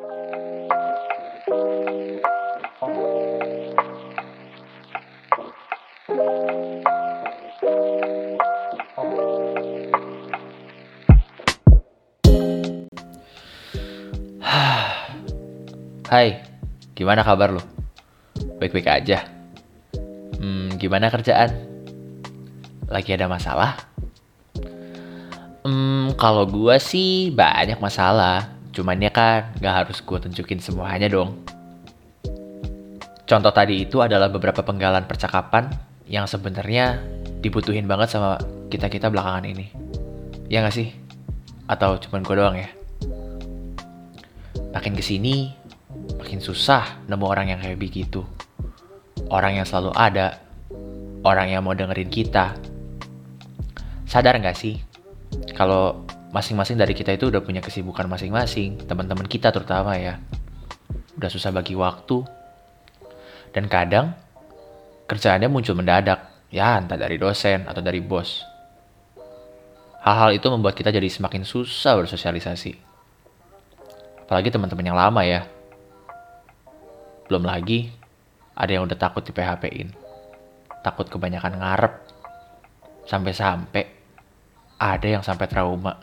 Hai, gimana kabar lo? Baik-baik aja. Gimana kerjaan? Lagi ada masalah? Kalau gua sih banyak masalah. Cuman ya kan gak harus gua tunjukin semuanya dong. Contoh tadi itu adalah beberapa penggalan percakapan yang sebenarnya dibutuhin banget sama kita-kita belakangan ini. Ya gak sih? Atau cuman gua doang ya? Makin kesini, makin susah nemu orang yang kayak begitu. Orang yang selalu ada, orang yang mau dengerin kita. Sadar gak sih, kalau masing-masing dari kita itu udah punya kesibukan masing-masing, teman-teman kita terutama ya. Udah susah bagi waktu, dan kadang kerjaannya muncul mendadak, ya entah dari dosen atau dari bos. Hal-hal itu membuat kita jadi semakin susah bersosialisasi. Apalagi teman-teman yang lama ya. Belum lagi, ada yang udah takut di PHP-in. Takut kebanyakan ngarep. Sampai-sampai, ada yang sampai trauma.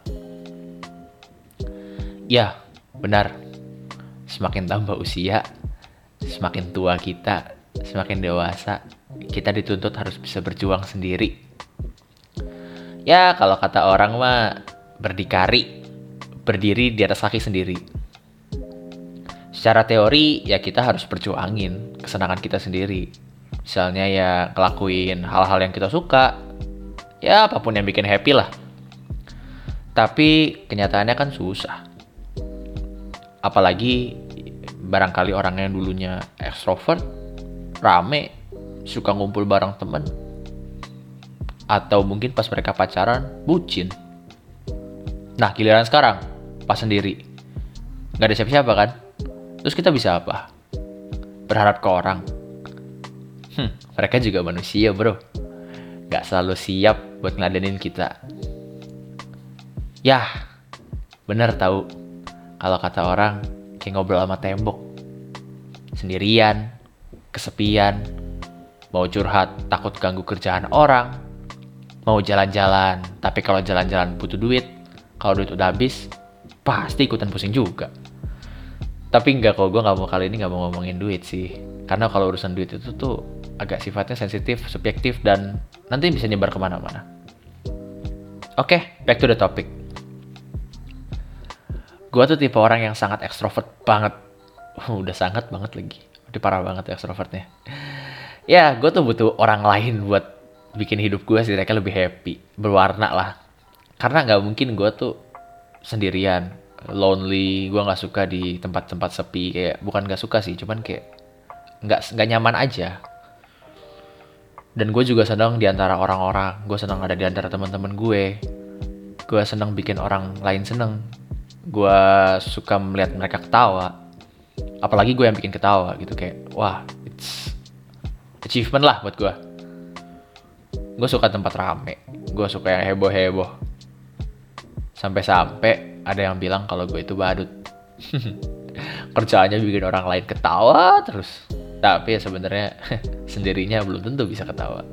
Ya, benar. Semakin tambah usia, semakin tua kita, semakin dewasa, kita dituntut harus bisa berjuang sendiri. Ya, kalau kata orang mah, berdiri di atas kaki sendiri. Secara teori, ya kita harus perjuangin kesenangan kita sendiri. Misalnya ya ngelakuin hal-hal yang kita suka. Ya apapun yang bikin happy lah. Tapi kenyataannya kan susah. Apalagi barangkali orang yang dulunya ekstrovert, rame, suka ngumpul bareng temen. Atau mungkin pas mereka pacaran, bucin. Nah giliran sekarang, pas sendiri. Gak ada siapa-siapa kan? Terus kita bisa apa? Berharap ke orang. Mereka juga manusia bro. Gak selalu siap buat ngeladenin kita. Yah, bener tahu. Kalau kata orang, kayak ngobrol sama tembok. Sendirian, kesepian, mau curhat takut ganggu kerjaan orang, mau jalan-jalan, tapi kalau jalan-jalan butuh duit, kalau duit udah habis, pasti ikutan pusing juga. Tapi enggak kok, gue kali ini gak mau ngomongin duit sih. Karena kalau urusan duit itu tuh agak sifatnya sensitif, subjektif, dan nanti bisa nyebar kemana-mana. Oke, back to the topic. Gue tuh tipe orang yang sangat ekstrovert banget. Udah sangat banget lagi. Udah parah banget ekstrovertnya. Ya, gue tuh butuh orang lain buat bikin hidup gue setidaknya lebih happy. Berwarna lah. Karena gak mungkin gue tuh sendirian. Lonely, gue nggak suka di tempat-tempat sepi, kayak bukan nggak suka sih, cuman kayak nggak nyaman aja. Dan gue juga senang di antara orang-orang, gue senang ada di antara teman-teman gue senang bikin orang lain seneng, gue suka melihat mereka ketawa, apalagi gue yang bikin ketawa gitu, kayak wah, it's achievement lah buat gue. Gue suka tempat rame, gue suka yang heboh-heboh, sampai-sampai ada yang bilang kalau gue itu badut. Kerjaannya bikin orang lain ketawa terus. Tapi ya sebenarnya sendirinya belum tentu bisa ketawa.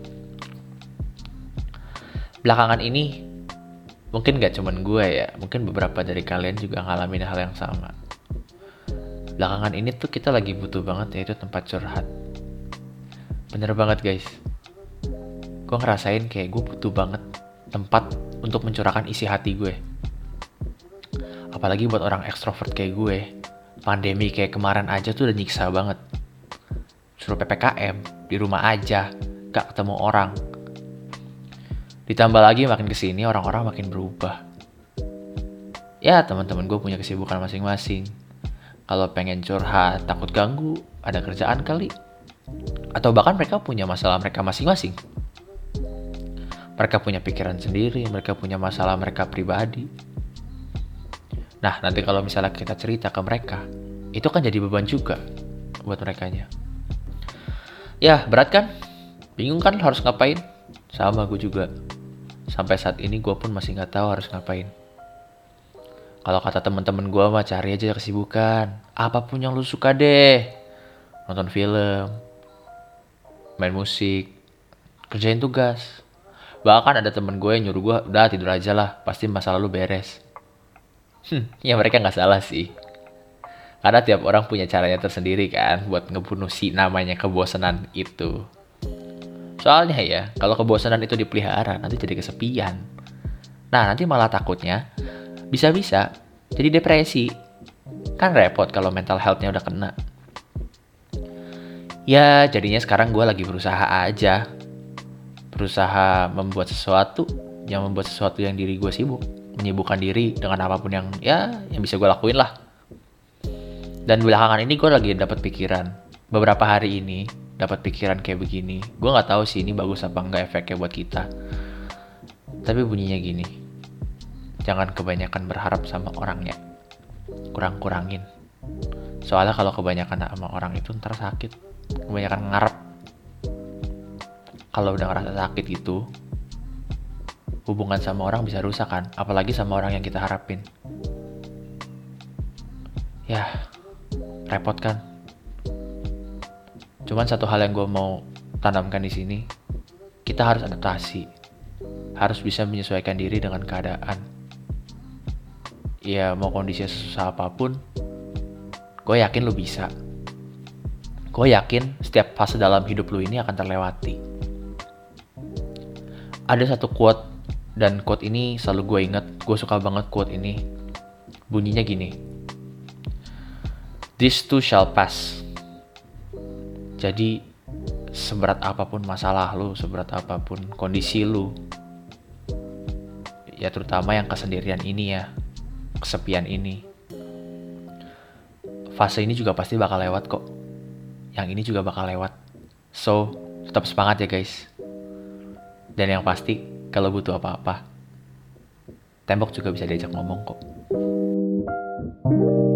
Belakangan ini mungkin gak cuman gue ya, mungkin beberapa dari kalian juga ngalamin hal yang sama. Belakangan ini tuh kita lagi butuh banget yaitu tempat curhat. Bener banget guys. Gue ngerasain kayak gue butuh banget tempat untuk mencurahkan isi hati gue. Apalagi buat orang ekstrovert kayak gue, pandemi kayak kemarin aja tuh udah nyiksa banget. Suruh PPKM, di rumah aja, gak ketemu orang. Ditambah lagi makin kesini orang-orang makin berubah. Ya teman-teman gue punya kesibukan masing-masing. Kalau pengen curhat, takut ganggu, ada kerjaan kali. Atau bahkan mereka punya masalah mereka masing-masing. Mereka punya pikiran sendiri, mereka punya masalah mereka pribadi. Nah, nanti kalau misalnya kita cerita ke mereka, itu kan jadi beban juga buat merekanya. Ya, berat kan? Bingung kan harus ngapain? Sama gue juga. Sampai saat ini gue pun masih gak tahu harus ngapain. Kalau kata temen-temen gue mah cari aja kesibukan. Apapun yang lu suka deh. Nonton film, main musik, kerjain tugas. Bahkan ada temen gue yang nyuruh gue, udah tidur aja lah, pasti masalah lu beres. Ya mereka nggak salah sih. Karena tiap orang punya caranya tersendiri kan buat ngebunuh si namanya kebosanan itu. Soalnya ya, kalau kebosanan itu dipelihara, nanti jadi kesepian. Nah, nanti malah takutnya bisa-bisa jadi depresi. Kan repot kalau mental health-nya udah kena. Ya, jadinya sekarang gue lagi berusaha aja. Berusaha membuat sesuatu yang diri gue sibuk. Menyibukkan diri dengan apapun yang bisa gue lakuin lah. Dan belakangan ini gue lagi dapat pikiran. Beberapa hari ini dapat pikiran kayak begini. Gue nggak tahu sih ini bagus apa nggak efeknya buat kita. Tapi bunyinya gini. Jangan kebanyakan berharap sama orangnya. Kurang-kurangin. Soalnya kalau kebanyakan sama orang itu ntar sakit. Kebanyakan ngarep. Kalau udah ngerasa sakit gitu, hubungan sama orang bisa rusak kan. Apalagi sama orang yang kita harapin. Ya, repot kan. Cuman satu hal yang gue mau tanamkan di sini, kita harus adaptasi, harus bisa menyesuaikan diri dengan keadaan. Ya mau kondisi susah apapun, gue yakin lu bisa. Gue yakin setiap fase dalam hidup lu ini akan terlewati. Ada satu quote, dan quote ini selalu gue inget. Gue suka banget quote ini. Bunyinya gini, "This too shall pass." Jadi seberat apapun masalah lu, seberat apapun kondisi lu, ya terutama yang kesendirian ini ya, kesepian ini, fase ini juga pasti bakal lewat kok. Yang ini juga bakal lewat. So, tetap semangat ya guys. Dan yang pasti, kalau butuh apa-apa, tembok juga bisa diajak ngomong kok.